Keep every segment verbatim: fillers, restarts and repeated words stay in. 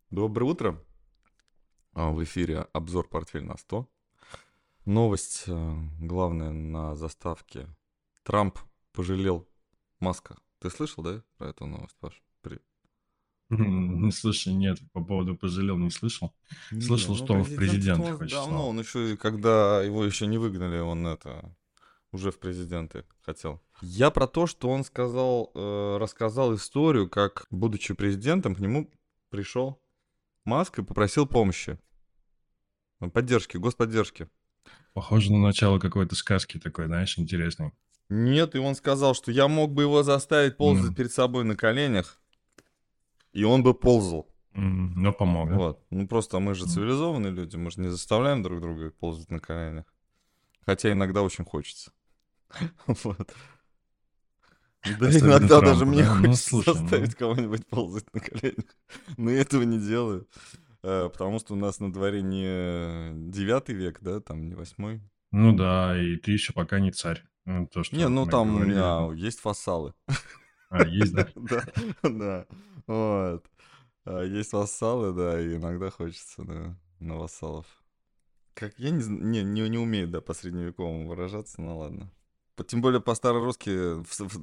Доброе утро. А, В эфире обзор «Портфель на сто». Новость, э, главная на заставке. Трамп пожалел Маска. Ты слышал, да, про эту новость, Паш? При- М, Слушай, нет, по поводу пожалел не слышал. Не, Слышал, ну что он в президент это президенты он хочет давно, снова. он еще и когда его еще не выгнали, он это уже в президенты хотел. Я про то, что он сказал, э, рассказал историю, как, будучи президентом, к нему пришел Маск и попросил помощи, э, поддержки, господдержки. Похоже на начало какой-то сказки такой, знаешь, интересный. Нет, и он сказал, что я мог бы его заставить ползать М, перед собой на коленях, и он бы ползал. м, Но помог, да? Вот. Ну просто мы же М. цивилизованные люди, мы же не заставляем друг друга ползать на коленях. Хотя иногда очень хочется. Вот. Да Особенно иногда даже Трампу, мне да? Ну, хочется слушай, заставить ну, кого-нибудь ползать на коленях. Но я этого не делаю. э, Потому что у нас на дворе не девятый век, да, там не восьмой. ну да, и ты еще пока не царь. Ну, То, Не, что ну мы там у говорили, да. меня есть фасалы. А, есть, да? Да, да. Вот. А, Есть вассалы, да, и иногда хочется, да, на вассалов. Как я не, зн- не, не, не умею, да, по средневековому выражаться, ну ладно. По- Тем более по-старорусски в, с- в-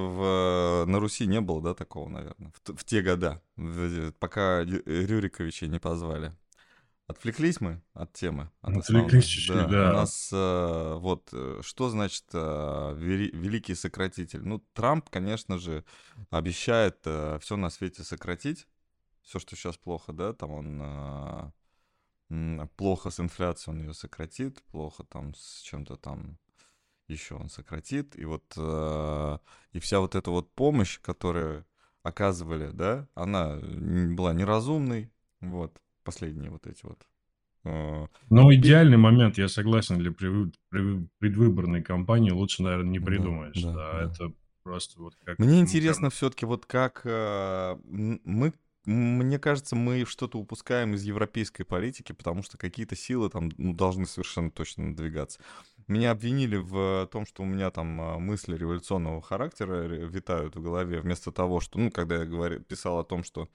в- на Руси не было, да, такого, наверное, в, т- в те года, в- пока Ю- Рюриковича не позвали. Отвлеклись мы от темы, от Отвлеклись основной. чуть-чуть, Да, у да. нас э, вот э, что значит э, вери- великий сократитель? Ну, Трамп, конечно же, обещает все на свете сократить, все, что сейчас плохо, да, там он э, м, плохо с инфляцией, он ее сократит, плохо там с чем-то там еще он сократит, и вот э, и вся вот эта вот помощь, которую оказывали, да, она н- была неразумной, вот последние вот эти вот. э, Но пи- идеальный момент, я согласен, для превы- превы- предвыборной кампании лучше, наверное, не Да, придумаешь. да, Да, да. это просто вот как, Мне ну, прям. интересно все-таки вот как э, м- мы, мне кажется, мы что-то упускаем из европейской политики, потому что какие-то силы там ну, должны совершенно точно надвигаться. Меня обвинили в том, что у меня там а, мысли революционного характера ре- витают в голове, вместо того, что, ну, когда я говорил, писал о том, что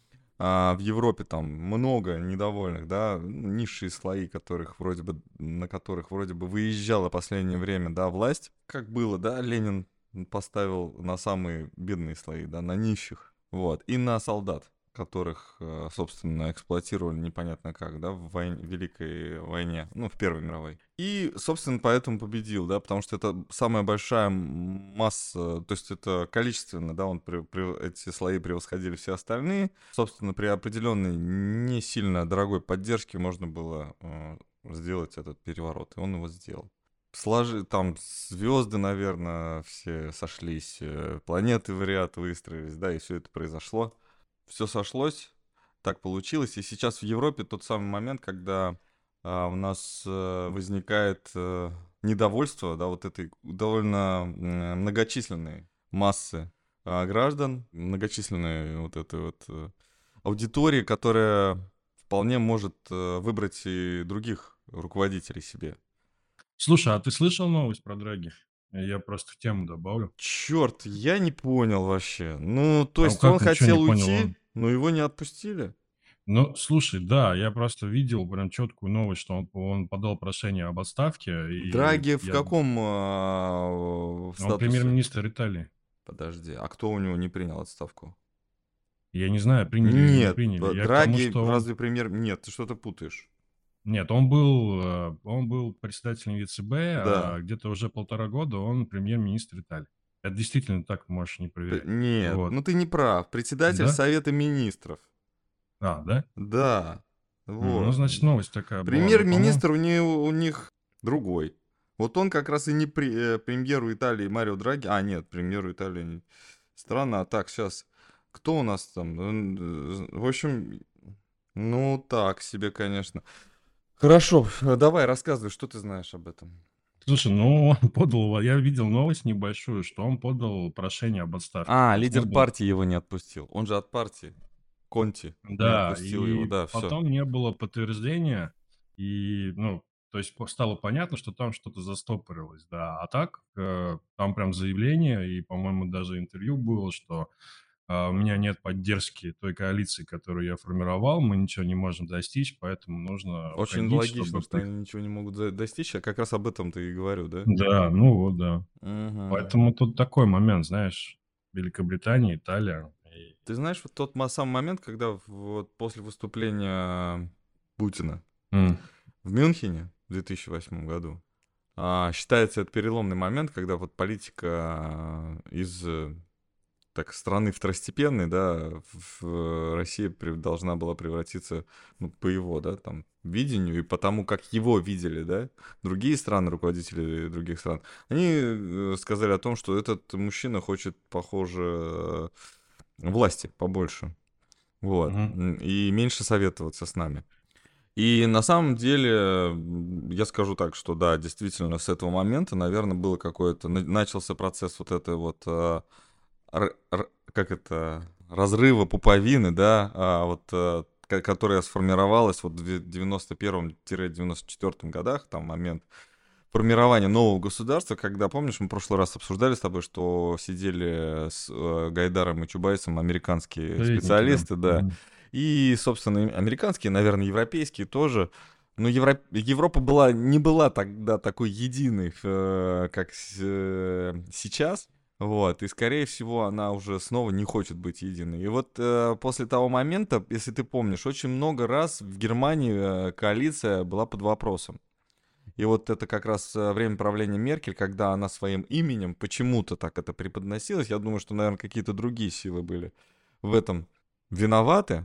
а, в Европе там много недовольных, да, ну, низшие слои, которых вроде бы, на которых вроде бы выезжала в последнее время, да, власть, как было, да, Ленин поставил на самые бедные слои, да, на нищих, вот, и на солдат, которых, э, собственно, эксплуатировали непонятно как, да, в войне, Великой войне, ну, в Первой мировой. И, собственно, поэтому победил, да, потому что это самая большая м- масса, то есть это количественно, да, он, при- при- эти слои превосходили все остальные. Собственно, при определенной не сильно дорогой поддержке можно было э, сделать этот переворот, и он его сделал. Сложи, там звезды, наверное, все сошлись, э, планеты в ряд выстроились, да, и все это произошло. Все сошлось, так получилось. И сейчас в Европе тот самый момент, когда а, у нас э, возникает э, недовольство, да, вот этой довольно м, многочисленной массы а, граждан, многочисленной вот этой вот э, аудитории, которая вполне может э, выбрать и других руководителей себе. Слушай, а ты слышал новость про Драги? Я просто в тему добавлю. Черт, я не понял вообще. Ну, то А есть он как, ничего не хотел понял уйти, он? но его не отпустили? Ну, слушай, да, я просто видел прям четкую новость, что он, он подал прошение об отставке, и Драги в я, каком а, в он статусе? премьер-министр Италии. Подожди, а кто у него не принял отставку? Я не знаю, приняли или не Нет, приняли. э, Я к тому, Драги что он... разве премьер... Нет, ты что-то путаешь. Нет, он был, э, он был председателем ЕЦБ, Да. а где-то уже полтора года он премьер-министр Италии. Это действительно так, можешь не П- проверять. Нет, Вот. ну ты не прав. Председатель Да? Совета Министров. А, да? Да, М, Ну, вот. значит, новость такая была. Но, по-моему, Премьер-министр у, не- у них другой. Вот он как раз и не при, э, премьеру Италии Марио Драги. А, нет, премьеру Италии. не- Странно, а так, сейчас. Кто у нас там? Н- э, В общем, ну так себе, конечно. Хорошо, э, давай рассказывай, что ты знаешь об этом. слушай, ну, он подал, я видел новость небольшую, что он подал прошение об отставке. А, То есть не лидер было. партии его не отпустил. Он же от партии. Конти не Да, отпустил его, и да, все. потом не было подтверждения, и, ну, то есть по- стало понятно, что там что-то застопорилось, да. А так, э, там прям заявление, и, по-моему, даже интервью было, что а, у меня нет поддержки той коалиции, которую я формировал, мы ничего не можем достичь, поэтому нужно Очень уходить, логично, чтобы что прих они ничего не могут за достичь. Я как раз об этом-то и говорю, да? Да, ну вот, да. Мгм. Поэтому тут такой момент, знаешь, Великобритания, Италия и Ты знаешь, вот тот ма самый момент, когда в вот после выступления Путина М. в Мюнхене в две тысячи восьмом году, а, считается это переломный момент, когда вот политика из, э, так, страны второстепенной, да, в в Россия прев должна была превратиться, ну, по его, да, там, видению и по тому, как его видели, да, другие страны, руководители других стран. Они, э, сказали о том, что этот мужчина хочет, похоже, э, власти побольше. Вот. Мгм. М, и меньше советоваться с нами. И на самом деле, м, я скажу так, что да, действительно, с этого момента, наверно, было какое-то на начался процесс вот этой вот, а, р р как это, разрыва пуповины, да, а, вот, э, ко которая сформировалась вот в девя девяносто первом девяносто четвёртом годах, там момент формирования нового государства, когда, помнишь, мы в прошлый раз обсуждали с тобой, что сидели с, э, Гайдаром и Чубайсом американские Советники, да. специалисты, да, Мгм. и, собственно, и американские, наверно, европейские тоже. Но Евро Европа была не была тогда такой единой, ф э, как с э, сейчас. Вот. И, скорее всего, она уже снова не хочет быть единой. И вот, э, после того момента, если ты помнишь, очень много раз в Германии, э, коалиция была под вопросом. И вот это как раз, э, время правления Меркель, когда она своим именем почему-то так это преподносилось. Я думаю, что, наверно, какие-то другие силы были в этом виноваты,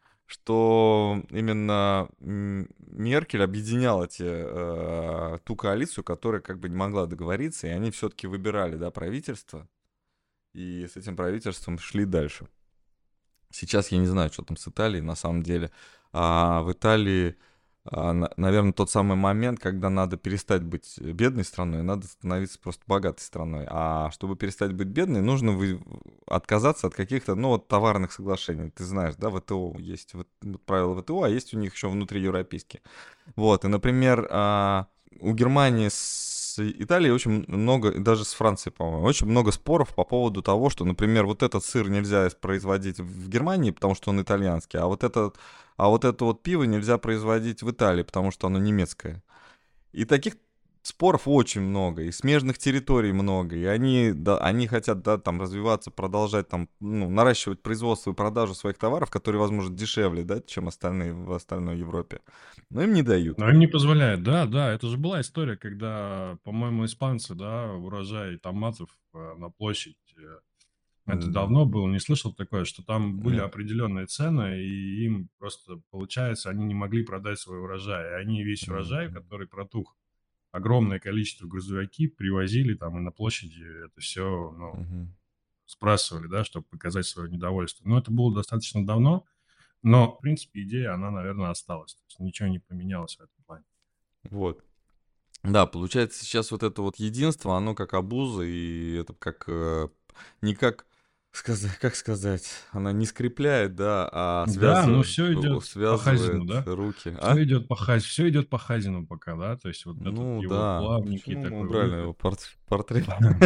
что именно М Меркель объединяла те э, ту коалицию, которая как бы не могла договориться, и они всё-таки выбирали, да, правительство, и с этим правительством шли дальше. Сейчас я не знаю, чё там с Италией на самом деле. А, в Италии, а, на наверно, тот самый момент, когда надо перестать быть бедной страной, надо становиться просто богатой страной. А чтобы перестать быть бедной, нужно вы отказаться от каких-то, ну, вот товарных соглашений. Ты знаешь, да, ВТО есть вот вот правила ВТО, а есть у них ещё внутриевропейские. Вот, и, например, а, у Германии с Италией очень м много, и даже с Францией, по-моему, очень много споров по поводу того, что, например, вот этот сыр нельзя производить в Германии, потому что он итальянский, а вот этот а вот это вот пиво нельзя производить в Италии, потому что оно немецкое. И таких споров очень много, и смежных территорий много, и они, да, они хотят, да, там развиваться, продолжать там, ну, наращивать производство и продажу своих товаров, которые, возможно, дешевле, да, чем остальные в остальной Европе, но им не дают. Но им не позволяют. Да, да, это же была история, когда, по-моему, испанцы, да, урожай томатов, э, на площадь, э, это М. давно было, не слышал такое, что там были Нет. определенные цены, и им просто, получается, они не могли продать свой урожай. И они весь урожай, Мгм. который протух, огромное количество грузовики привозили там и на площади это всё, ну, Мгм. сбрасывали, да, чтоб показать своё недовольство. Но это было достаточно давно, но, в принципе, идея, она, наверно, осталась. То есть ничего не поменялось в этом плане. Вот. Да, получается, сейчас вот это вот единство, оно как обуза, и это как, э, не как сказа как сказать, она не скрепляет, да, а Да, ну, связывает, всё о идёт по Хазину, связывает да? руки. Всё А? идёт по Хази всё идёт по Хазину пока, да? То есть вот этот Ну его да, плавненький почему мы такой убрали выход. его порт портрет?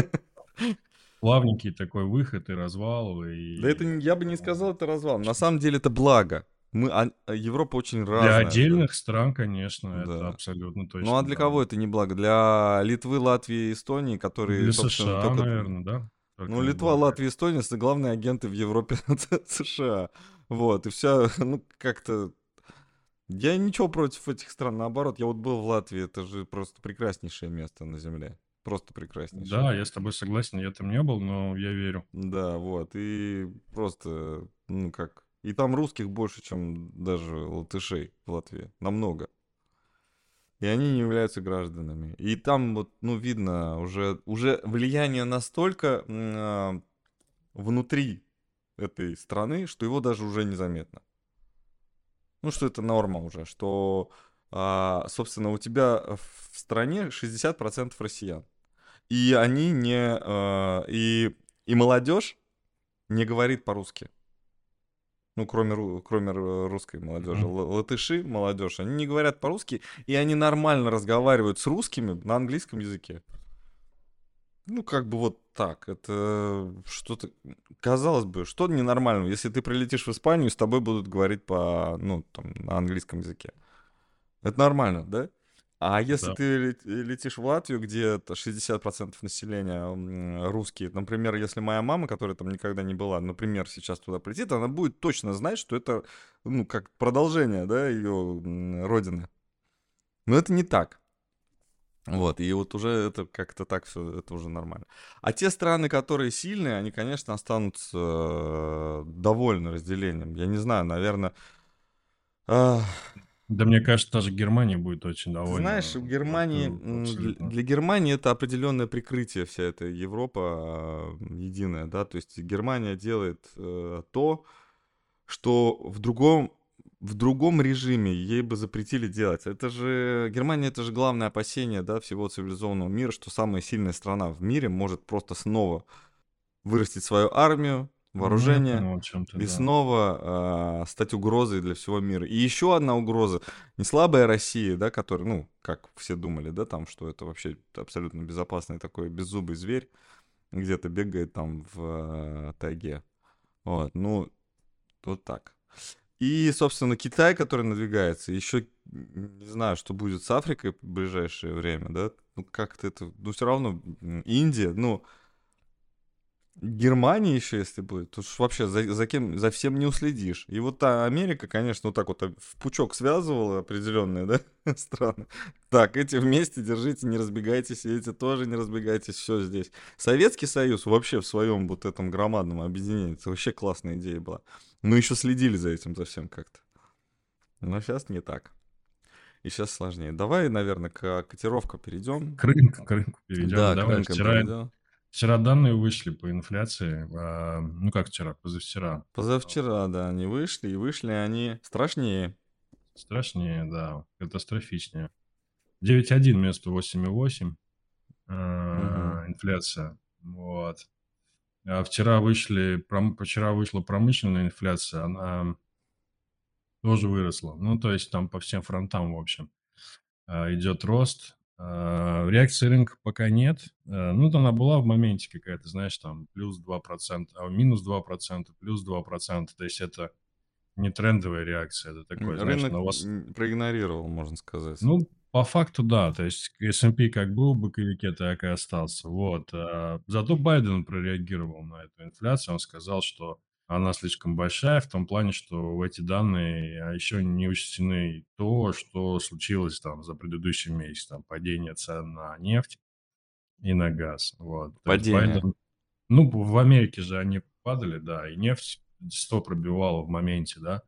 Плавненький такой выход и развал, Да это и н я бы не сказал, это развал. На самом деле это благо. Мы ан Европа очень Для разная же. отдельных стран, конечно, это Да. абсолютно Ну, а точно, для да. кого это не благо? Для Литвы, Латвии, Эстонии, которые, Для собственно, США, только наверно, да? Только Ну, не Литва, благо. Латвия, Эстония- с главные агенты в Европе ц США. Вот, и вся, ну, как-то Я ничего против этих стран, наоборот, я вот был в Латвии, это же просто прекраснейшее место на земле, просто прекраснейшее. Да, я с тобой согласен, я там не был, но я верю. Да, вот, и просто, ну, как, и там русских больше, чем даже латышей в Латвии, намного. И они не являются гражданами. И там вот, ну, видно уже уже влияние настолько, м, а, внутри этой страны, что его даже уже незаметно. Ну, что это норма уже, что, а, собственно, у тебя в стране шестьдесят процентов россиян. И они не, а, и и молодежь не говорит по-русски. Ну, кроме ру кроме ру русской молодежи. Мгм. Ла латыши, молодежь, они не говорят по-русски, и они нормально разговаривают с русскими на английском языке. Ну, как бы вот так. Это что-то... Казалось бы, что ненормального? Если ты прилетишь в Испанию, с тобой будут говорить по, ну, там, на английском языке. Это нормально, да? А если Да. ты лет- летишь в Латвию, где это шестьдесят процентов населения м, русские, например, если моя мама, которая там никогда не была, например, сейчас туда прилетит, она будет точно знать, что это, ну, как продолжение, да, ее м, родины. Но это не так. Вот, и вот уже это как-то так все, это уже нормально. А те страны, которые сильные, они, конечно, останутся э, довольны разделением. Я не знаю, наверное... Да, мне кажется, даже Германия будет очень Ты знаешь, довольна. в Вот, Германии, э, м, дл- абсолютно. для Германии это определенное прикрытие, вся эта Европа а, единая, да, то есть Германия делает э, то, что в другом, в другом режиме ей бы запретили делать. Это же, Германия, это же главное опасение, да, всего цивилизованного мира, что самая сильная страна в мире может просто снова вырастить свою армию, Ну, я вооружение понял, о чем ты, и да. снова а, стать угрозой для всего мира. И еще одна угроза, не слабая Россия, да, которая, ну, как все думали, да, там, что это вообще абсолютно безопасный такой беззубый зверь, где-то бегает там в а, тайге. Вот, ну, вот так. И, собственно, Китай, который надвигается, еще не знаю, что будет с Африкой в ближайшее время, да, ну, как-то это, ну, все равно м, Индия, ну, Германия еще, если будет, то ж вообще за, за кем, за всем не уследишь. И вот та Америка, конечно, вот так вот а, в пучок связывала определенные, да, страны. Так, эти вместе держите, не разбегайтесь, и эти тоже не разбегайтесь, все здесь. Советский Союз вообще в своем вот этом громадном объединении, это вообще классная идея была. Мы еще следили за этим, за всем как-то. Но сейчас не так. И сейчас сложнее. Давай, наверное, к котировкам перейдем. К рынку, к рынку перейдем. Да, к Давай, рынкам вчера, перейдем. вчера данные вышли по инфляции. а, Ну, как вчера, позавчера. Позавчера, да, они вышли, и вышли они страшнее. Страшнее, да, катастрофичнее. девять целых один вместо восемь целых восемь Мгм. а, инфляция. Вот. А вчера вышли, пром- вчера вышла промышленная инфляция, она тоже выросла. Ну, то есть там по всем фронтам, в общем, а, идет рост. А, Реакции рынка пока нет. А, Ну, вот она была в моменте какая-то, знаешь, там плюс два процента, а минус два процента, плюс два процента. То есть это не трендовая реакция, это М, такое, знаешь, Рынок на вас. м, проигнорировал, можно сказать. Ну, по факту, да. То есть эс энд пи как был в боковике, так и остался. Вот. а, Зато Байден прореагировал на эту инфляцию. Он сказал, что она слишком большая в том плане, что в эти данные а, еще не учтены то, что случилось там за предыдущий месяц. Там падение цен на нефть и на газ. Вот. То есть Падение. Байден... Ну, в Америке же они падали, да, и нефть сто пробивала в моменте, да.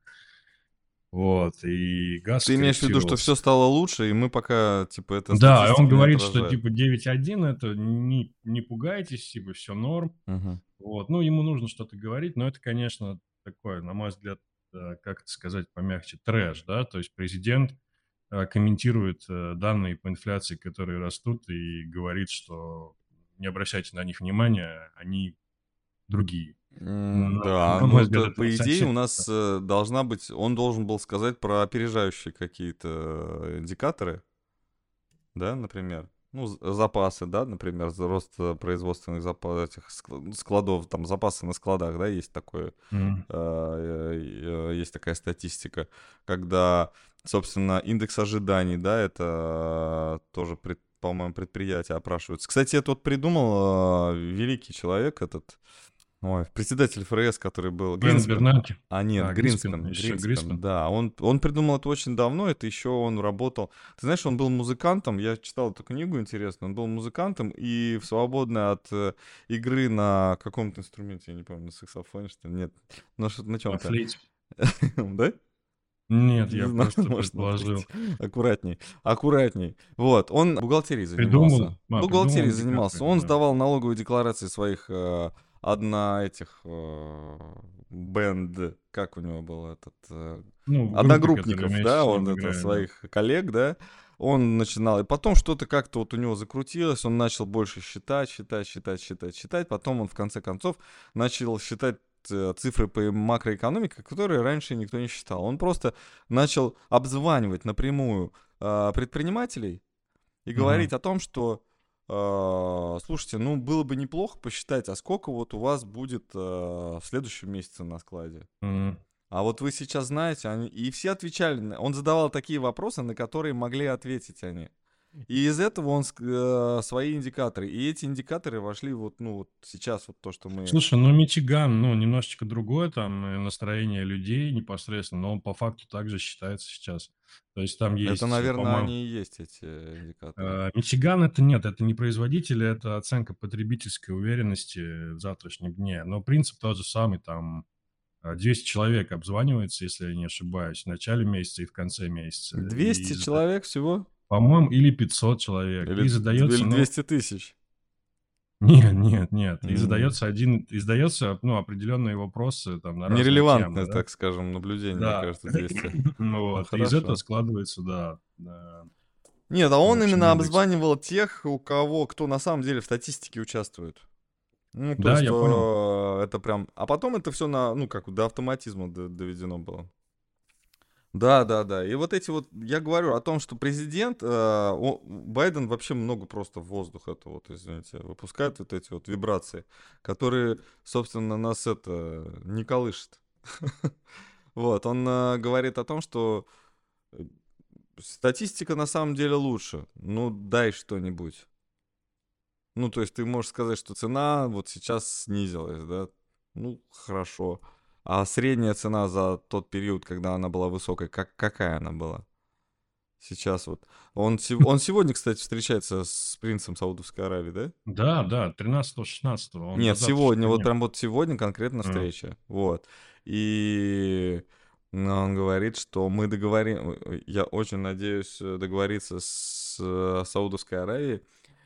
Вот. И газ Ты имеешь в виду, что все скорректировался. стало лучше, и мы пока, типа, эта Да, и он статистика не говорит, что отражает. типа девять один это не, не пугайтесь, типа все норм. Мгм. Вот. Ну, ему нужно что-то говорить, но это, конечно, такое, на мой взгляд, э, как это сказать помягче, трэш, да, то есть президент э, комментирует э, данные по инфляции, которые растут, и говорит, что не обращайте на них внимания, они другие. М, Но, Да, на ну мой взгляд, это это по идее совсем... у нас э, должна быть, он должен был сказать про опережающие какие-то э, индикаторы, да, например. Ну, з- запасы, да, например, за рост э, производственных запасов, этих ск- складов, там запасы на складах, да, есть такое. Мгм. э, э, есть такая статистика, когда, собственно, индекс ожиданий, да, это э, тоже, пред- по-моему, предприятие опрашивается. Кстати, это вот придумал э, великий человек, этот, ой, председатель эф эр эс, который был, Бен Гринспен. Бернанке. А, нет, А, Гриспин, Гринспен, еще Гринспен, Гриспин. да, он, он придумал это очень давно, это еще он работал, ты знаешь, он был музыкантом, я читал эту книгу, интересно, он был музыкантом, и в свободное от э, игры на каком-то инструменте, я не помню, на саксофоне, что ли, нет, на, что- на На чем-то, флейте. да? Нет, Не я знаю, просто может, на предположил. флейте. Аккуратней, аккуратней. Вот, он бухгалтерией занимался. Придумал, а, Бухгалтерией придумал Ди Каприо, занимался. Он да. сдавал налоговые декларации своих э, одна этих э, бенд, как у него был этот э, Ну, в группе, которые одногруппников, вместе да, с он ним это играют, да. своих коллег, да. Он начинал, и потом что-то как-то вот у него закрутилось, он начал больше считать, считать, считать, считать, считать. Потом он в конце концов начал считать э, цифры по макроэкономике, которые раньше никто не считал. Он просто начал обзванивать напрямую а, предпринимателей и Мгм. говорить о том, что А, слушайте, ну было бы неплохо посчитать, а сколько вот у вас будет а, в следующем месяце на складе? М. А вот вы сейчас знаете, они... и все отвечали, на- он задавал такие вопросы, на которые могли ответить они. И из этого он ск- э, свои индикаторы. И эти индикаторы вошли вот, ну, вот сейчас вот то, что мы... Слушай, ну Мичиган, ну, немножечко другое там э, настроение людей непосредственно, но он по факту также считается сейчас. То есть там Это, есть, э, наверное, по-моему, они и есть, эти индикаторы. э, Мичиган это нет, это не производитель, это оценка потребительской уверенности в завтрашнем дне. Но принцип тот же самый, там э, двести человек обзванивается, если я не ошибаюсь, в начале месяца и в конце месяца. И, двести зада- человек всего? по-моему, или пятьсот человек. Или, И д- задается, или ну, двести тысяч? нет, нет, нет. И М, задается один, и задается, ну, определенные вопросы там на разные темы, Нерелевантное, да. так скажем, наблюдение, мне Да, кажется, двести. ну Ну, вот. И из этого хорошо. складывается, да, да, Нет, а в он общем, именно индекс. обзванивал тех, у кого, кто на самом деле в статистике участвует. Ну, то Да, есть, я понял. э, это прям... А потом это все на, ну, как до автоматизма д- доведено было. Да, да, да. И вот эти вот, я говорю о том, что президент, э, о- Байден вообще много просто в воздух это вот, извините, выпускает вот эти вот вибрации, которые, собственно, нас это не колышет. Вот, он э, говорит о том, что э, статистика на самом деле лучше. Ну, дай что-нибудь. Ну, то есть ты можешь сказать, что цена вот сейчас снизилась, да? Ну, хорошо. А средняя цена за тот период, когда она была высокой, как, какая она была? Сейчас вот. Он, сев- он сегодня, кстати, встречается с принцем Саудовской Аравии, да? Да, да, тринадцатого-шестнадцатого, он на Нет, завтрашний сегодня, вот день. прям вот сегодня конкретно М, встреча. Вот. И ну, он говорит, что мы договорим, я очень надеюсь э, договориться с э, Саудовской Аравией.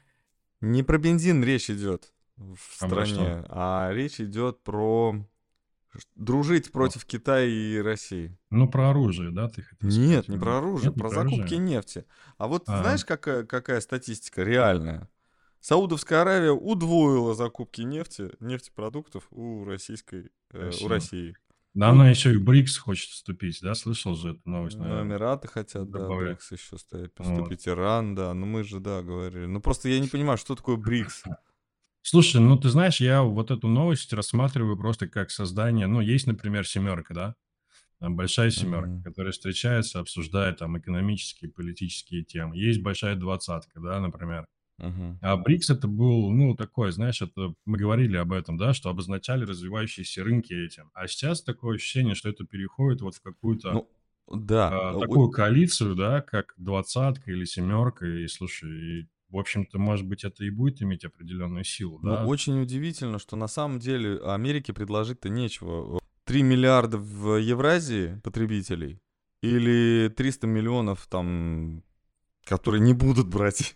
Не про бензин речь идет в а про что? стране, а речь идет про ш- дружить О, против Китая и России. ну, про оружие, да, ты хотел Нет, сказать? не М, про оружие, Нет, не про про закупки оружие. нефти. А вот А, знаешь, какая, какая статистика реальная? Саудовская Аравия удвоила закупки нефти, нефтепродуктов у российской, э, у России. России. Да, У- она еще и в БРИКС хочет вступить, да, слышал же эту новость, ну, наверное, Эмираты хотят, да, добавляю. БРИКС еще стоит, Вот. поступить Иран, да, ну мы же, да, говорили. Ну просто я не понимаю, что такое БРИКС. Слушай, ну ты знаешь, я вот эту новость рассматриваю просто как создание, ну, есть, например, семерка, да, а, большая семерка, Мгм, которая встречается, обсуждает там экономические, политические темы. Есть большая двадцатка, да, например. мгм. А БРИКС это был, ну, такой, знаешь, это мы говорили об этом, да, что обозначали развивающиеся рынки этим. А сейчас такое ощущение, что это переходит вот в какую-то Ну, да, а, у- такую коалицию, да, как двадцатка или семерка. И слушай, и, в общем-то, может быть, это и будет иметь определенную силу, ну, да. очень удивительно, что на самом деле Америке предложить-то нечего. Три миллиарда в Евразии потребителей или триста миллионов там, которые не будут брать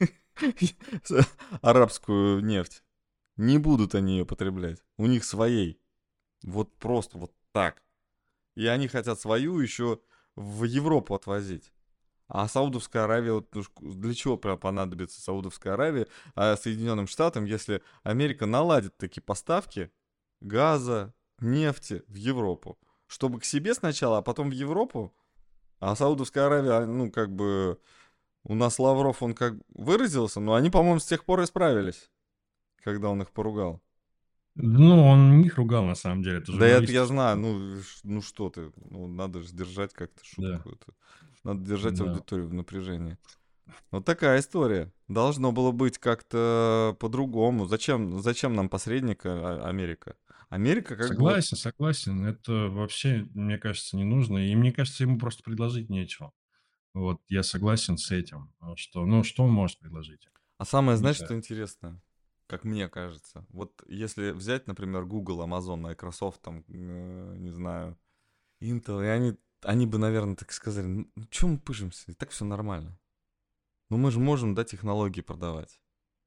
с- арабскую нефть. Не будут они ее потреблять. У них своей. Вот просто вот так. И они хотят свою еще в Европу отвозить. А Саудовская Аравия, вот ну, шк- для чего прям понадобится Саудовская Аравия а Соединенным Штатам, если Америка наладит такие поставки газа, нефти в Европу? Чтобы к себе сначала, а потом в Европу? А Саудовская Аравия, а, ну, как бы, у нас Лавров, он как выразился, но они, по-моему, с тех пор исправились, когда он их поругал. Ну, он их ругал, на самом деле, это Да это я журналисты знаю, сказали. ну, ш- ну что ты, ну, надо же держать как-то Да, шутку эту. Надо держать да. аудиторию в напряжении. Вот такая история. Должно было быть как-то по-другому. Зачем, зачем нам посредник а, Америка? Америка как бы вот... Согласен, согласен. Это вообще, мне кажется, не нужно. И мне кажется, ему просто предложить нечего. Вот, я согласен с этим, а, что, ну, что он может предложить? А самое, Не знаешь, знаю. что интересно? Как мне кажется. Вот если взять, например, Google, Amazon, Microsoft, там, э, не знаю, Intel, и они, они бы, наверное, так сказали, ну, что мы пыжимся? И так все нормально. Ну, мы же можем, да, технологии продавать.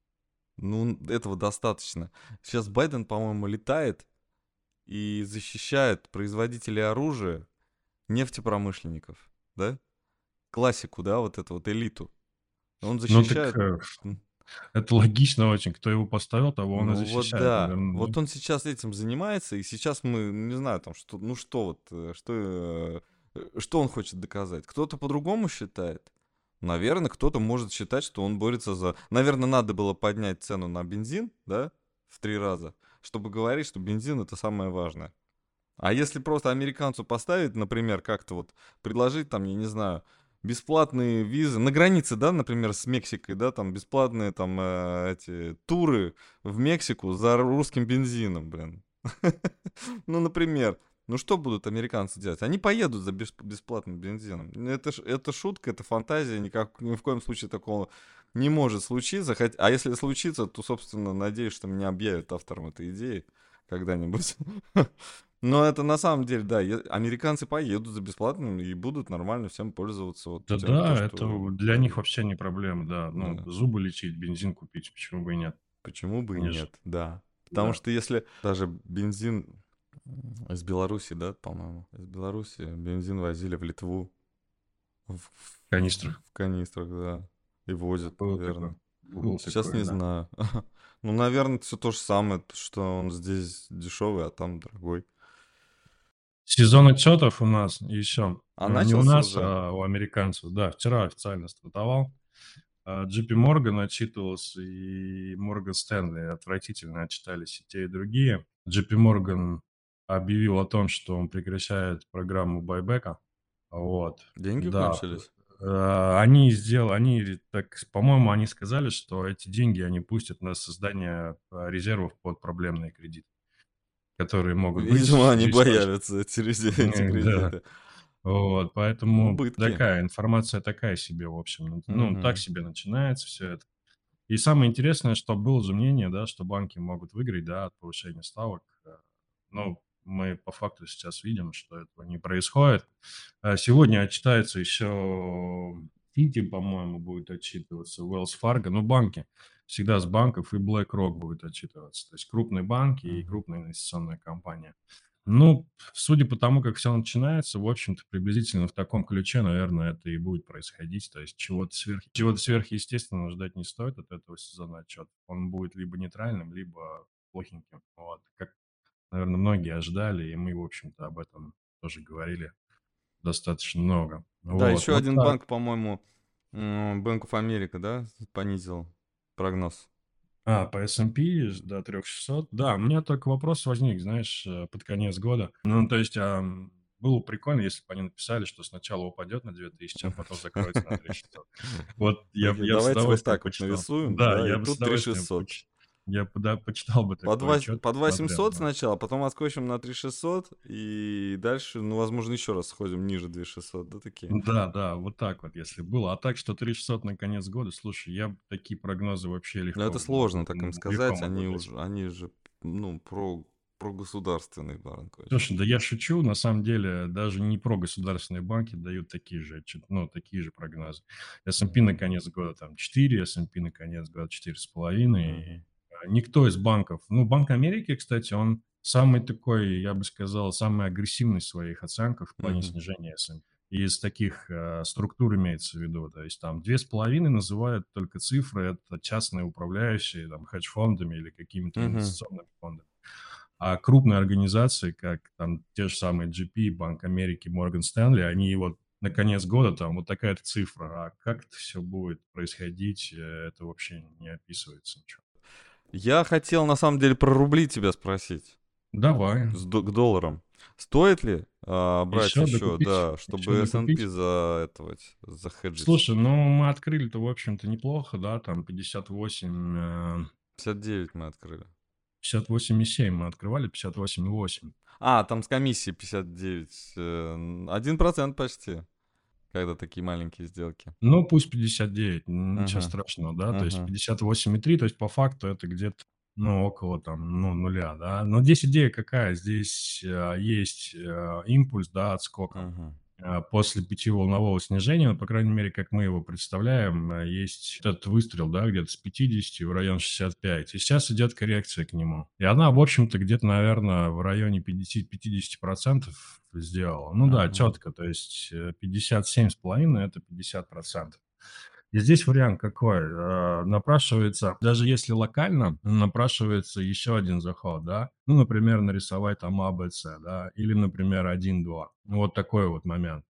Ну, этого достаточно. Сейчас Байден, по-моему, летает и защищает производителей оружия, нефтепромышленников, да? Классику, да, вот эту вот элиту. Он Ну, так защищает... э, м, это логично очень. Кто его поставил, того он и Ну вот защищает, да, наверное, да? вот он сейчас этим занимается, и сейчас мы, не знаю, там, что, ну что вот, э, что, э, э, что он хочет доказать? Кто-то по-другому считает? Наверно, кто-то может считать, что он борется за наверно, надо было поднять цену на бензин, да, в три раза, чтобы говорить, что бензин- это самое важное. А если просто американцу поставить, например, как-то вот предложить там, я не знаю, бесплатные визы на границе, да, например, с Мексикой, да, там бесплатные там, э, эти туры в Мексику за русским бензином, блин. Ну, например. Ну, что будут американцы делать? Они поедут за бес бесплатным бензином. Ну, это ш это шутка, это фантазия, никак ни в коем случае такого не может случиться. Хоть а если случится, то, собственно, надеюсь, что меня объявят автором этой идеи когда-нибудь. Но это на самом деле, да, е американцы поедут за бесплатным и будут нормально всем пользоваться. Вот тем, то, Да-да, это что в для них говорю. вообще не проблема, да. Ну, Да. зубы лечить, бензин купить, почему бы и нет? Почему бы и Они ж нет, да. Потому да. что если даже бензин, м, из Беларуси, да, по-моему, из Беларуси бензин возили в Литву в в В в канистрах. в канистрах, да, и возят, Было такое. наверно. Было Сейчас такое, не да. знаю. Ну, наверно, всё то же самое, то, что он здесь дешевый, а там дорогой. Сезон отчетов у нас еще, А ну, не у начался нас, уже? а у американцев. Да, вчера официально стартовал. А, Джей Пи Морган отчитывался и Морган Стэнли. Отвратительно отчитались и те, и другие. Джей Пи Морган объявил о том, что он прекращает программу байбека. Вот. Деньги Да, кончились? э, они сдел они так, по-моему, они сказали, что эти деньги они пустят на создание, а, резервов под проблемные кредиты, которые могут быть в Видимо, они связи с той же появятся, эти резе эти М, да. кредиты. Вот, поэтому Убытки. такая информация такая себе, в общем. Ну, так Мгм. себе начинается всё это. И самое интересное, что было же мнение, да, что банки могут выиграть, да, от повышения ставок. А, но мы по факту сейчас видим, что этого не происходит. А сегодня отчитается еще Citi, по-моему, будет отчитываться, Wells Fargo. Ну, банки. Всегда с банков и BlackRock будет отчитываться. То есть крупные банки и Мгм. крупная инвестиционная компания. Ну, судя по тому, как всё начинается, в общем-то, приблизительно в таком ключе, наверно, это и будет происходить. То есть чего-то сверх чего-то сверхъестественного ждать не стоит от этого сезона отчетов. Он будет либо нейтральным, либо плохеньким. Вот. Как, наверно, многие ожидали, и мы, в общем-то, об этом тоже говорили достаточно много. Да, Вот. еще Вот один так. банк, по-моему, м, Bank of America, да, понизил прогноз? А, по эс энд пи ж до трех шестисот. Да, у меня только вопрос возник, знаешь, э, под конец года. Ну, то есть, ам, было бы прикольно, если бы они написали, что сначала упадет на две тысячи, а потом закроется на три шестьсот. Вот я б Такие: я бы с "Давайте вот удовольствием так вот почитал. нарисуем, Да, да, и я бы с тут три удовольствием шестьсот". поч я бы, да, почитал бы По такой два с отчет, по два посмотрел, семьсот да. сначала, потом отскочим на три шестьсот, и дальше, ну, возможно, еще раз сходим ниже две шестьсот, да, такие? Да, да, вот так вот, если было. А так, что три шестьсот на конец года, слушай, я б такие прогнозы вообще Но легко это могу сложно так им м, легко сказать. могу Они дать. уже они же, ну, про прогосударственный банк очень. Слушай, да я шучу. На самом деле даже не прогосударственные банки дают такие же отчет ну, такие же прогнозы. эс энд пи на Мгм. конец года там четыре, эс энд пи на конец года четыре с половиной. Мгм. А, никто из банков ну, Банк Америки, кстати, он самый такой, я бы сказал, самый агрессивный в своих оценках в плане Мгм. снижения эс энд пи. Из таких, а, структур имеется в виду. То есть там две с половиной называют только цифры. Это частные управляющие там хедж-фондами или какими-то Мгм. инвестиционными фондами. А крупные организации, как там те же самые джей пи, Банк Америки, Морган Стэнли, они вот на конец года там вот такая-то цифра. А как это всё будет происходить, э, это вообще не описывается ничего. Я хотел на самом деле про рубли тебя спросить. Давай. С до к долларам. Стоит ли, а, брать Еще еще, докупить? да, Еще чтобы эс энд пи докупить? заэтовать, захеджить? Слушай, ну, мы открыли-то, в общем-то, неплохо, да, там пятьдесят восемь, э пятьдесят девять мы открыли. пятьдесят восемь и семь мы открывали, пятьдесят восемь и восемь. А, там с комиссией пятьдесят девять, э, н один процент почти, когда такие маленькие сделки. Ну, пусть пятьдесят девять, н ничего Мгм. страшного, да. То есть Мгм. пятьдесят восемь и три, то есть по факту это где-то, ну, около там, ну, нуля, да. Но здесь идея какая? Здесь, а, есть, а, импульс, да, отскока. Мгм. А, после пятиволнового снижения, ну, по крайней мере, как мы его представляем, а, есть вот этот выстрел, да, где-то с пятидесяти в район шестьдесят пять. И сейчас идет коррекция к нему. И она, в общем-то, где-то, наверно, в районе пятиде пятидесяти процентов сделала. Ну да, Мгм. четко. То есть, э, пятьдесят семь с половиной- это пятьдесят процентов. И здесь вариант какой? А, напрашивается, даже если локально, напрашивается еще один заход, да. Ну, например, нарисовать там а бэ цэ, да, или, например, один два. Вот такой вот момент.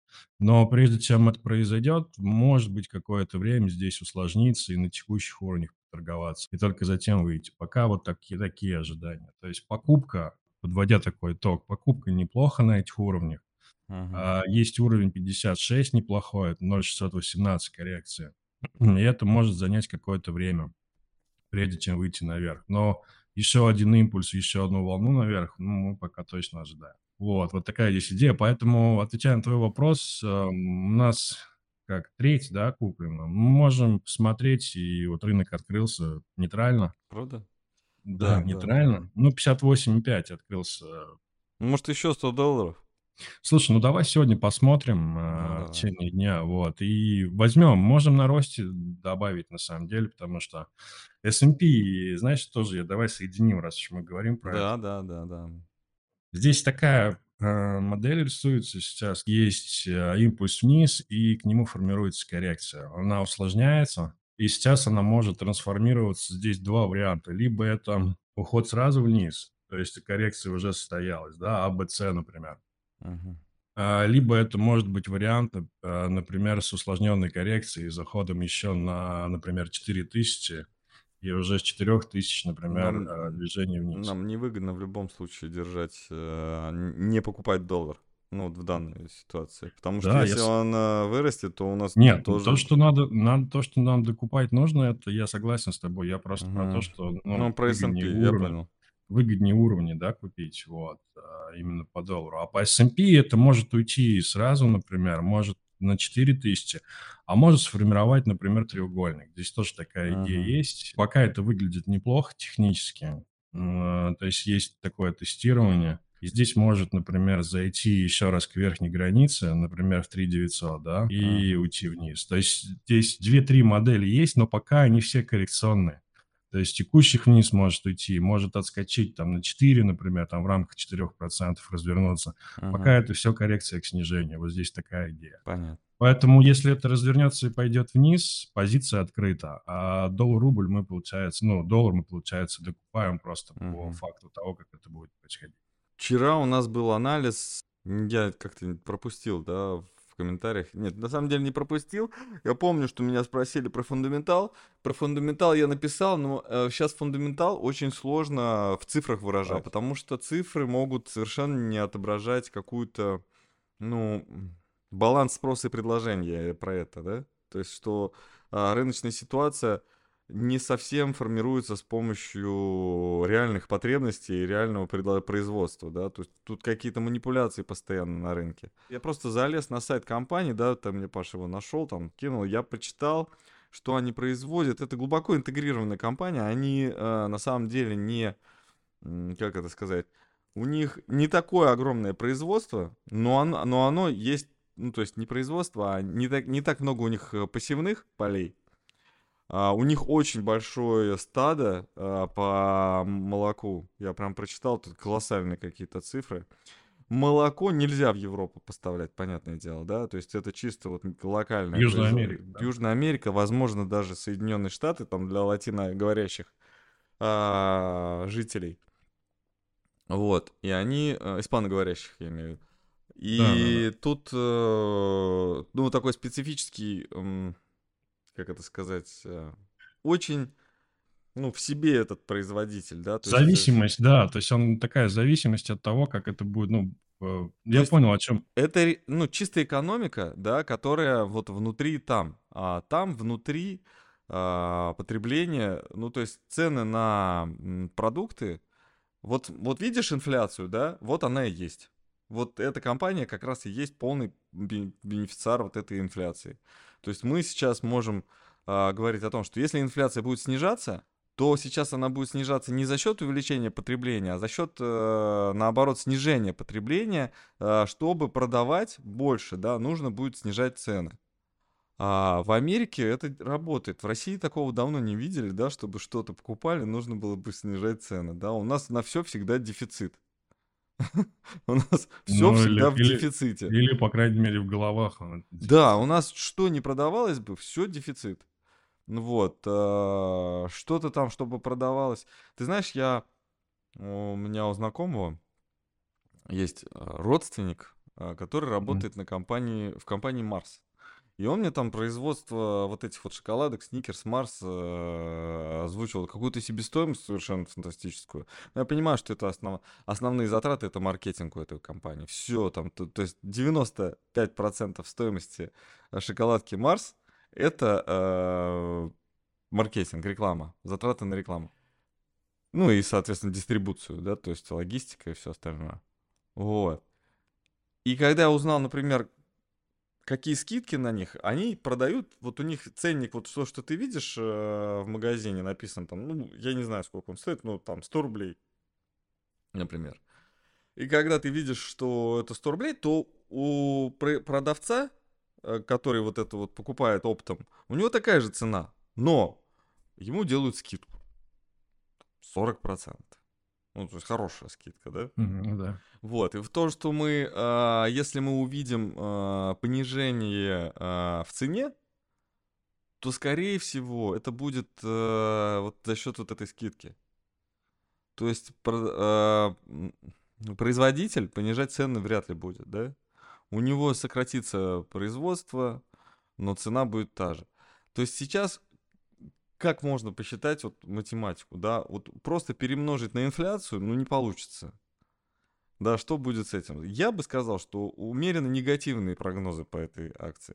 Но прежде чем это произойдет, может быть, какое-то время здесь усложнится и на текущих уровнях торговаться, и только затем выйти. Пока вот такие, такие ожидания. То есть покупка, подводя такой итог, покупка неплохо на этих уровнях. Мгм. А, есть уровень пятьдесят шесть неплохой, это ноль шестьсот восемнадцать коррекция. И это может занять какое-то время, прежде чем выйти наверх. Но еще один импульс, еще одну волну наверх, ну, мы пока точно ожидаем. Вот, вот такая здесь идея. Поэтому, отвечая на твой вопрос, эм, у нас как треть, да, куплено. Мы можем посмотреть, и вот рынок открылся нейтрально. Правда? Да, Да, да, да. нейтрально. Ну, пятьдесят восемь и пять открылся. Ну, может, еще сто долларов? Слушай, ну давай сегодня посмотрим, Ну, а, в давай. течение дня, вот, и возьмем. Можем на росте добавить, на самом деле, потому что эс энд пи, знаешь, тоже я давай соединим, раз уж мы говорим про это. Да, да, да, да. Здесь такая, а, модель рисуется сейчас. Есть, а, импульс вниз, и к нему формируется коррекция. Она усложняется, и сейчас она может трансформироваться. Здесь два варианта. Либо это уход сразу вниз, то есть коррекция уже состоялась, да, а бэ цэ, например. Мгм. А, либо это может быть вариант, нап а, например, с усложненной коррекцией, заходом еще на, например, четыре тысячи, и уже с четырех тысяч, например, Нам, а, н- движение вниз. нам невыгодно в любом случае держать, э, н- не покупать доллар. Ну, вот в данной ситуации. Потому что Да, если если он э, вырастет, то у нас нет, ну, то, тоже... что надо надо то, что нам докупать нужно, это я согласен с тобой. Я просто про то, Мгм. что, Ну, ну, про эс энд пи, выгоднее я уровни понял. выгоднее уровни, да, купить, вот, а, именно по доллару. А по эс энд пи это может уйти сразу, например, может на четыре тысячи, а может сформировать, например, треугольник. Здесь тоже такая идея Мгм. есть. Пока это выглядит неплохо технически, м, то есть есть такое тестирование. И здесь может, например, зайти еще раз к верхней границе, например, в три девятьсот, да, и Мгм. уйти вниз. То есть здесь две-три модели есть, но пока они все коррекционные. То есть текущих вниз может уйти, может отскочить там на четыре, например, там в рамках четырех процентов развернуться. Пока Мгм. это все коррекция к снижению. Вот здесь такая идея. Понятно. Поэтому если это развернется и пойдет вниз, позиция открыта. А доллар-рубль мы, получается, ну, доллар мы, получается, докупаем просто по Мгм. факту того, как это будет происходить. Вчера у нас был анализ, м, я как-то пропустил, да, в комментариях. Нет, на самом деле не пропустил. Я помню, что меня спросили про фундаментал. Про фундаментал я написал, но сейчас фундаментал очень сложно в цифрах выражать, Так. потому что цифры могут совершенно не отображать какую-то, ну, м, баланс спроса и предложения, я про это, да. То есть, что а, рыночная ситуация не совсем формируется с помощью реальных потребностей и реального предло- производства, да, то есть тут какие-то манипуляции постоянно на рынке. Я просто залез на сайт компании, да, там мне Паша его нашел, там кинул, я почитал, что они производят. Это глубоко интегрированная компания, они э, на самом деле не, м, как это сказать, у них не такое огромное производство, но оно, но оно есть, ну, то есть не производство, а не так, не так много у них э, посевных полей, а, у них очень большое стадо а, по молоку. Я прям прочитал, тут колоссальные какие-то цифры. Молоко нельзя в Европу поставлять, понятное дело, да, то есть это чисто вот локальное Южная производство. Америка, да? Южная Америка, возможно, даже Соединенные Штаты, там для латиноговорящих а, жителей, вот, и они, а, испаноговорящих, я имею в виду. Да, да, да. И тут, э, ну, такой специфический, м, как это сказать, э, очень ну, в себе этот производитель, да, то есть, э, Зависимость, да, то есть он такая зависимость от того, как это будет, ну, э, то я есть понял, о чем. это, ре- ну, чистая экономика, да, которая вот внутри там, а там внутри а, потребления, ну, то есть цены на м, продукты, вот, вот видишь инфляцию, да, вот она и есть. Вот эта компания как раз и есть полный бе- бенефициар вот этой инфляции. То есть мы сейчас можем а, говорить о том, что если инфляция будет снижаться, то сейчас она будет снижаться не за счет увеличения потребления, а за счет, э, наоборот, снижения потребления, э, чтобы продавать больше, да, нужно будет снижать цены. А в Америке это работает. В России такого давно не видели, да, чтобы что-то покупали, нужно было бы снижать цены, да. У нас на все всегда дефицит. У нас все Ну, или всегда в или дефиците. или, по крайней мере, в головах он этот Да, у дефицит. нас что не продавалось бы, все дефицит. Ну вот, а, что-то там, чтобы продавалось. Ты знаешь, я у меня у знакомого есть а, родственник, а, который Мгм. работает на компании, в компании Марс. И он мне там производство вот этих вот шоколадок, Сникерс, Марс э, озвучивал какую-то себестоимость совершенно фантастическую. Но я понимаю, что это основ- основные затраты, это маркетинг у этой компании. Все там, то, то есть девяносто пять процентов стоимости э, шоколадки Марс это э, маркетинг, реклама, затраты на рекламу. Ну и, соответственно, дистрибуцию, да, то есть логистика и все остальное. Вот. И когда я узнал, например, какие скидки на них, они продают, вот у них ценник, вот то, что ты видишь э, в магазине, написан там, ну, я не знаю, сколько он стоит, ну, там, сто рублей, например. И когда ты видишь, что это сто рублей, то у про- продавца, э, который вот это вот покупает оптом, у него такая же цена, но ему делают скидку сорок процентов. Ну, то есть хорошая скидка, да? Мгм. Ну да. Вот, и в то, что мы, а, если мы увидим а, понижение а, в цене, то, скорее всего, это будет э, вот за счет вот этой скидки. То есть про- а, м, производитель понижать цены вряд ли будет, да? У него сократится производство, но цена будет та же. То есть сейчас как можно посчитать вот математику, да? Вот просто перемножить на инфляцию, ну, не получится. Да, что будет с этим? Я бы сказал, что умеренно негативные прогнозы по этой акции.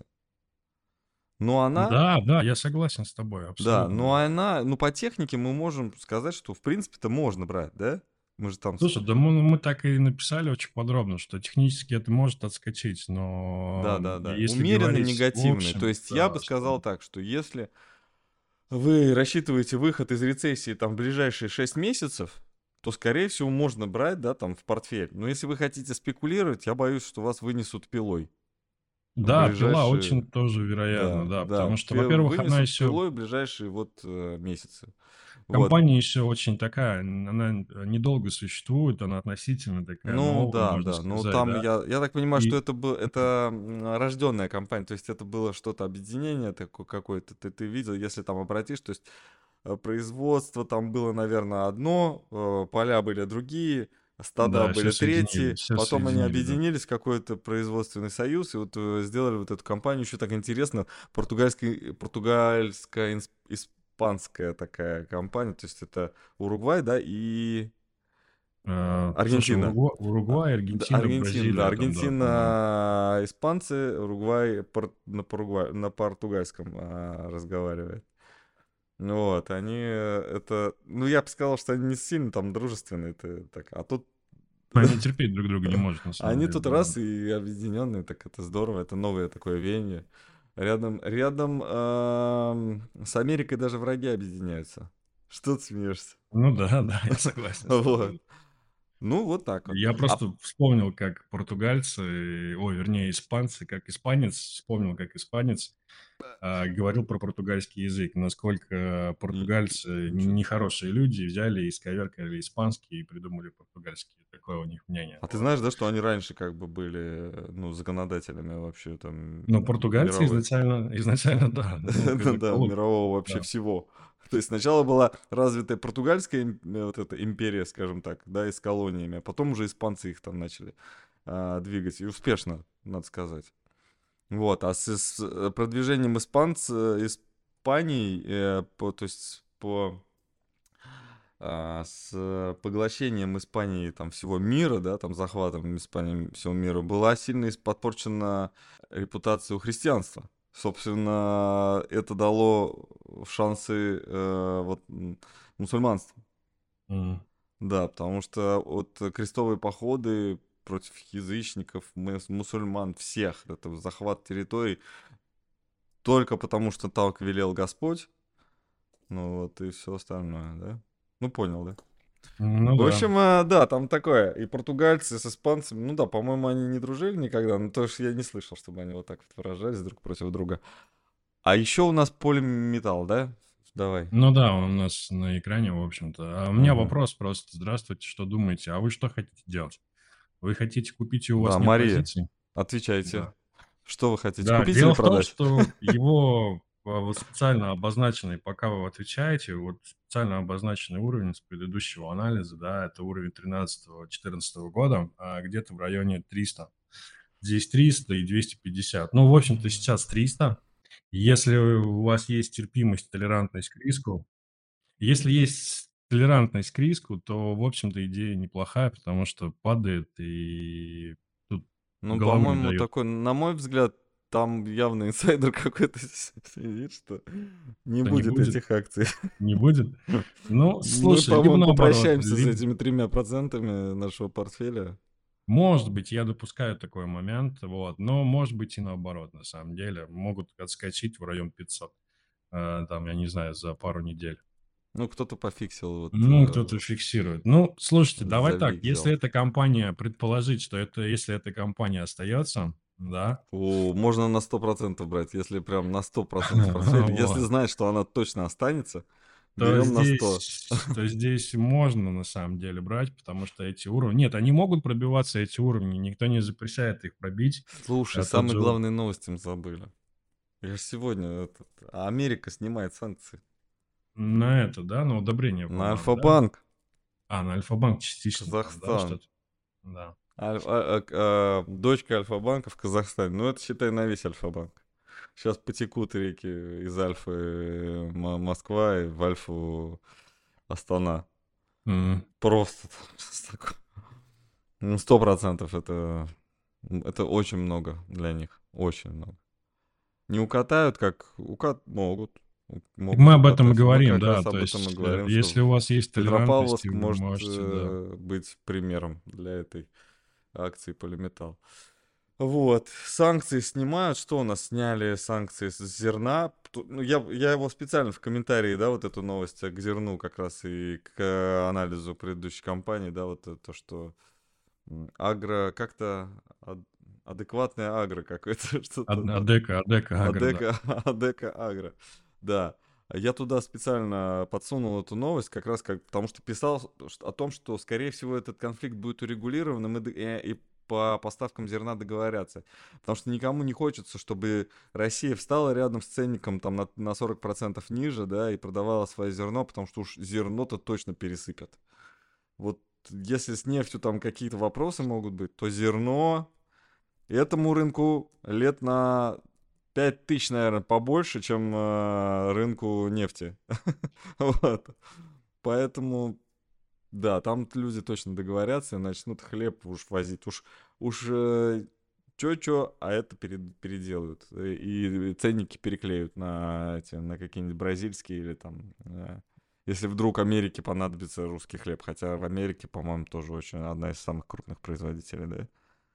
Но она, Да, да, я согласен с тобой да, абсолютно. но она, ну, по технике мы можем сказать, что, в принципе-то, можно брать, да? Мы же там... с- Слушай, да мы, мы так и написали очень подробно, что технически это может отскочить, Да, но да, да. если Умеренно говорить в негативные. То общем, есть я бы да, что сказал так, что если вы рассчитываете выход из рецессии там в ближайшие шесть месяцев, то, скорее всего, можно брать, да, там в портфель. Но если вы хотите спекулировать, я боюсь, что вас вынесут пилой в да, пила ближайшие... очень тоже вероятно, Да, да, да, потому что, пе- во-первых, она вынесут еще пилой в ближайшие вот э, месяцы. Вот. компания еще очень такая, н- она недолго существует, она относительно такая Ну новая, да, можно да. Ну сказать, там да, я, я так понимаю, что и это был это рожденная компания, то есть это было что-то объединение такое какое-то. Ты, ты видел, если там обратишь, то есть э, производство там было, наверное, одно, э, поля были другие, стада да, все были соединили, третьи, все потом они соединили, да. объединились в какой-то производственный союз и вот э, сделали вот эту компанию еще так интересно, португальский, португальская, инс- испанская такая компания, то есть это Уругвай, да, и Э, слушай, Аргентина. Уругвай, А, Уругвай, да, Аргентина, Аргентина, да, Бразилия, там, да, по-моему. Аргентина, испанцы, Уругвай пор- на, поругва- на португальском а, разговаривает. Ну вот, они э, это, ну я бы сказал, что они не сильно там дружественные, это так, а тут Они терпеть друг друга не может, на самом они деле, тут да. раз и объединенные, так это здорово, это новое такое веяние. Рядом, рядом ам, с Америкой даже враги объединяются. Что ты смеешься? Ну да, да, я согласен с Вот. тобой. Ну вот так вот. Я А просто вспомнил, как португальцы, ой, вернее, испанцы, как испанец, вспомнил, как испанец а, говорил про португальский язык, насколько н- португальцы ничего. нехорошие люди, взяли и сковеркали испанский и придумали португальский. Такое у них мнение. А ты Вот. знаешь, да, что они раньше как бы были, э, ну, законодателями вообще там Но португальцы мировых, изначально, изначально, да, ну, да, это да, колония. мирового вообще Да. всего. То есть сначала была развитая португальская им- э, вот эта империя, скажем так, да, и с колониями, а потом уже испанцы их там начали а, двигать, и успешно, надо сказать. Вот, а с, с, э, продвижением испанц, э, Испании, э, по, то есть по а, с поглощением Испании там всего мира, да, там захватом Испании всего мира, была сильно ис- подпорчена репутация у христианства. Собственно, это дало шансы э, вот, м, мусульманству. М. Да, потому что вот крестовые походы против язычников, мус- мусульман, всех, это захват территорий, только потому что так велел Господь, ну вот и все остальное, да? Ну понял, да? Ну В да. общем, а, да, там такое. И португальцы с испанцами, ну да, по-моему, они не дружили никогда, но то, что я не слышал, чтобы они вот так вот выражались друг против друга. А еще у нас полиметалл, да? Давай. Ну да, он у нас на экране, в общем-то. А у меня Мгм. вопрос просто. Здравствуйте, что думаете? А вы что хотите делать? Вы хотите купить, и у Да, вас нет Мария, позиций? отвечайте. Да. Что вы хотите, Да, купить или дело в том, продать? что его а, вот специально обозначенный, пока вы отвечаете, вот специально обозначенный уровень с предыдущего анализа, да, это уровень тринадцатого-четырнадцатого года, а где-то в районе триста. здесь триста и двести пятьдесят. Ну, в общем-то, сейчас триста. Если у вас есть терпимость, толерантность к риску, если есть толерантность к риску, то, в общем-то, идея неплохая, потому что падает и тут по Ну, головы не по-моему, дает. такой, на мой взгляд, там явно инсайдер какой-то с- сидит, что не То не будет будет, этих акций. не будет. Ну, Мы, слушай, либо по-моему, наоборот, попрощаемся с либо этими тремя процентами нашего портфеля. может быть, я допускаю такой момент, вот, но может быть и наоборот, на самом деле. Могут отскочить в район пятьсот, э, там, я не знаю, за пару недель. Ну, кто-то пофиксил, вот Ну, э, кто-то фиксирует. Ну, слушайте, давай так, Забиг если взял. эта компания, предположить, что это, если эта компания остается, да, О, можно на сто процентов брать, если прям на сто процентов портфель. Если вот, знать, что она точно останется, то берем на сто. здесь, то здесь можно на самом деле брать, потому что эти уровни... Нет, они могут пробиваться, эти уровни, никто не запрещает их пробить. Слушай, А тот самые же главные новости мы забыли. Я же сегодня... этот, а Америка снимает санкции на это, да, на удобрение, на по-моему, да? Альфа-банк, А, на Альфа-банк частично там, да, Казахстан. что-то? Да. Аль- а- а- а, дочка Альфа-банка в Казахстане. Ну, это, считай, на весь Альфа-банк. Сейчас потекут реки из Альфы э, М- Москва и в Альфу Астана. М. Просто там щас такое. Ну, сто процентов это, это очень много для них. Очень много. Не укатают, как укат могут. у- Так мы Могут об этом и укатать. Мы говорим, как да, раз то об этом и есть, э, говорим, что если у вас есть толерантность, и Петропавловск вы может можете, да. э, быть примером для этой акции Полиметалл. Вот, санкции снимают. Что у нас сняли санкции с зерна? Ту- Ну, я, я его специально в комментарии, да, вот эту новость э, к зерну как раз и к э, анализу предыдущей компании, да, вот э, то, что м, агро, как-то ад- адекватное агро какое-то, Ад что-то, ад- Адека Адека Агро, да. адека, адека агро, да. Я туда специально подсунул эту новость, как раз как, потому что писал ш- о том, что, скорее всего, этот конфликт будет урегулирован, и, мы д- и- и по поставкам зерна договорятся. Потому что никому не хочется, чтобы Россия встала рядом с ценником там, на, на сорок процентов ниже, да, и продавала свое зерно, потому что уж зерно-то точно пересыпят. Вот если с нефтью там какие-то вопросы могут быть, то зерно этому рынку лет на пять тысяч, наверное, побольше, чем э, рынку нефти. Вот. Поэтому, да, там люди точно договорятся и начнут хлеб уж возить. Уж, уж э, чё-чё, а это перед- переделают. Э, И ценники переклеют на, эти, на какие-нибудь бразильские или там... э, если вдруг Америке понадобится русский хлеб. Хотя в Америке, по-моему, тоже очень одна из самых крупных производителей, да?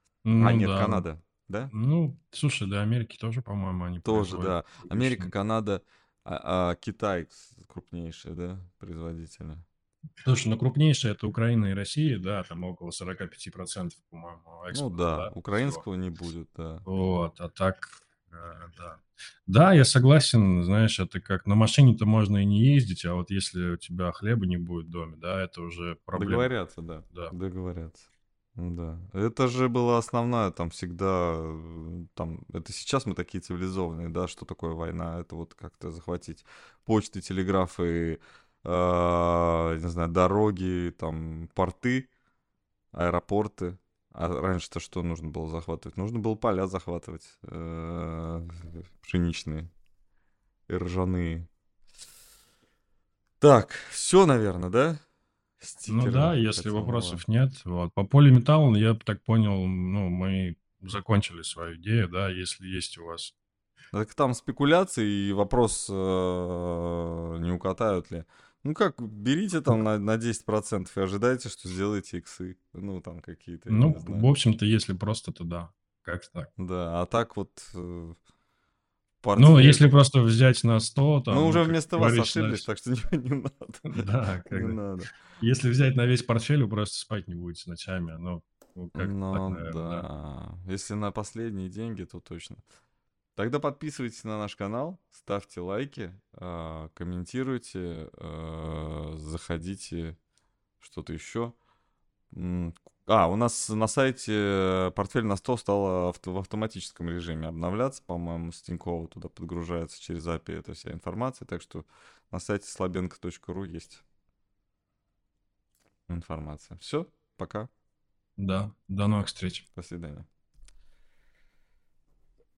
А, Ну нет, да. Канада, да? Ну, слушай, до Америки тоже, по-моему, они Тоже, производят да. Америка, прилично. Канада, а, а Китай с- крупнейшие, да, производители. Слушай, ну крупнейшая — это Украина и Россия, да, там около сорок пять процентов, по-моему, Ну экспорта, да, да, всего. украинского не будет, да. Вот, а так, э, да. Да, я согласен, знаешь, это как на машине-то можно и не ездить, а вот если у тебя хлеба не будет в доме, да, это уже проблема. Договорятся, да. Да. Договорятся. Да. Это же была основная, там всегда, э, там, это сейчас мы такие цивилизованные, да, что такое война, это вот как-то захватить почты, телеграфы, а, не знаю, дороги, там, порты, аэропорты. А раньше-то что нужно было захватывать? Нужно было поля захватывать, э, пшеничные и ржаные. Так, все, наверное, да? Ну Стикеры да, если хотел вам. вопросов нет, вот. По полиметаллу, я так понял, ну, мы закончили свою идею, да, если есть у вас. Так там спекуляции и вопрос, э, не укатают ли. Ну как, берите там на, на десять процентов и ожидайте, что сделаете иксы. Ну там какие-то, я не Ну, в знаю. общем-то, если просто, то да. Как так? Да, а так вот э, Ну, портфель. если просто взять на сто, Мы там, ну, уже как ты вместо вас говоришь, ошиблись, знаешь, так что не, не надо. да, Не как бы. надо. Если взять на весь портфель, вы просто спать не будете ночами. Ну, ну, как-то так, Ну наверное, да. да. Если на последние деньги, то точно. Тогда подписывайтесь на наш канал, ставьте лайки, а, комментируйте, а, заходите, что-то еще. М, А, у нас на сайте портфель на сто стал авто- в автоматическом режиме обновляться, по-моему, с Тинькова туда подгружается через эй пи ай эта вся информация, так что на сайте слабенко точка ру есть информация. Все, пока, Да, до новых встреч. до свидания.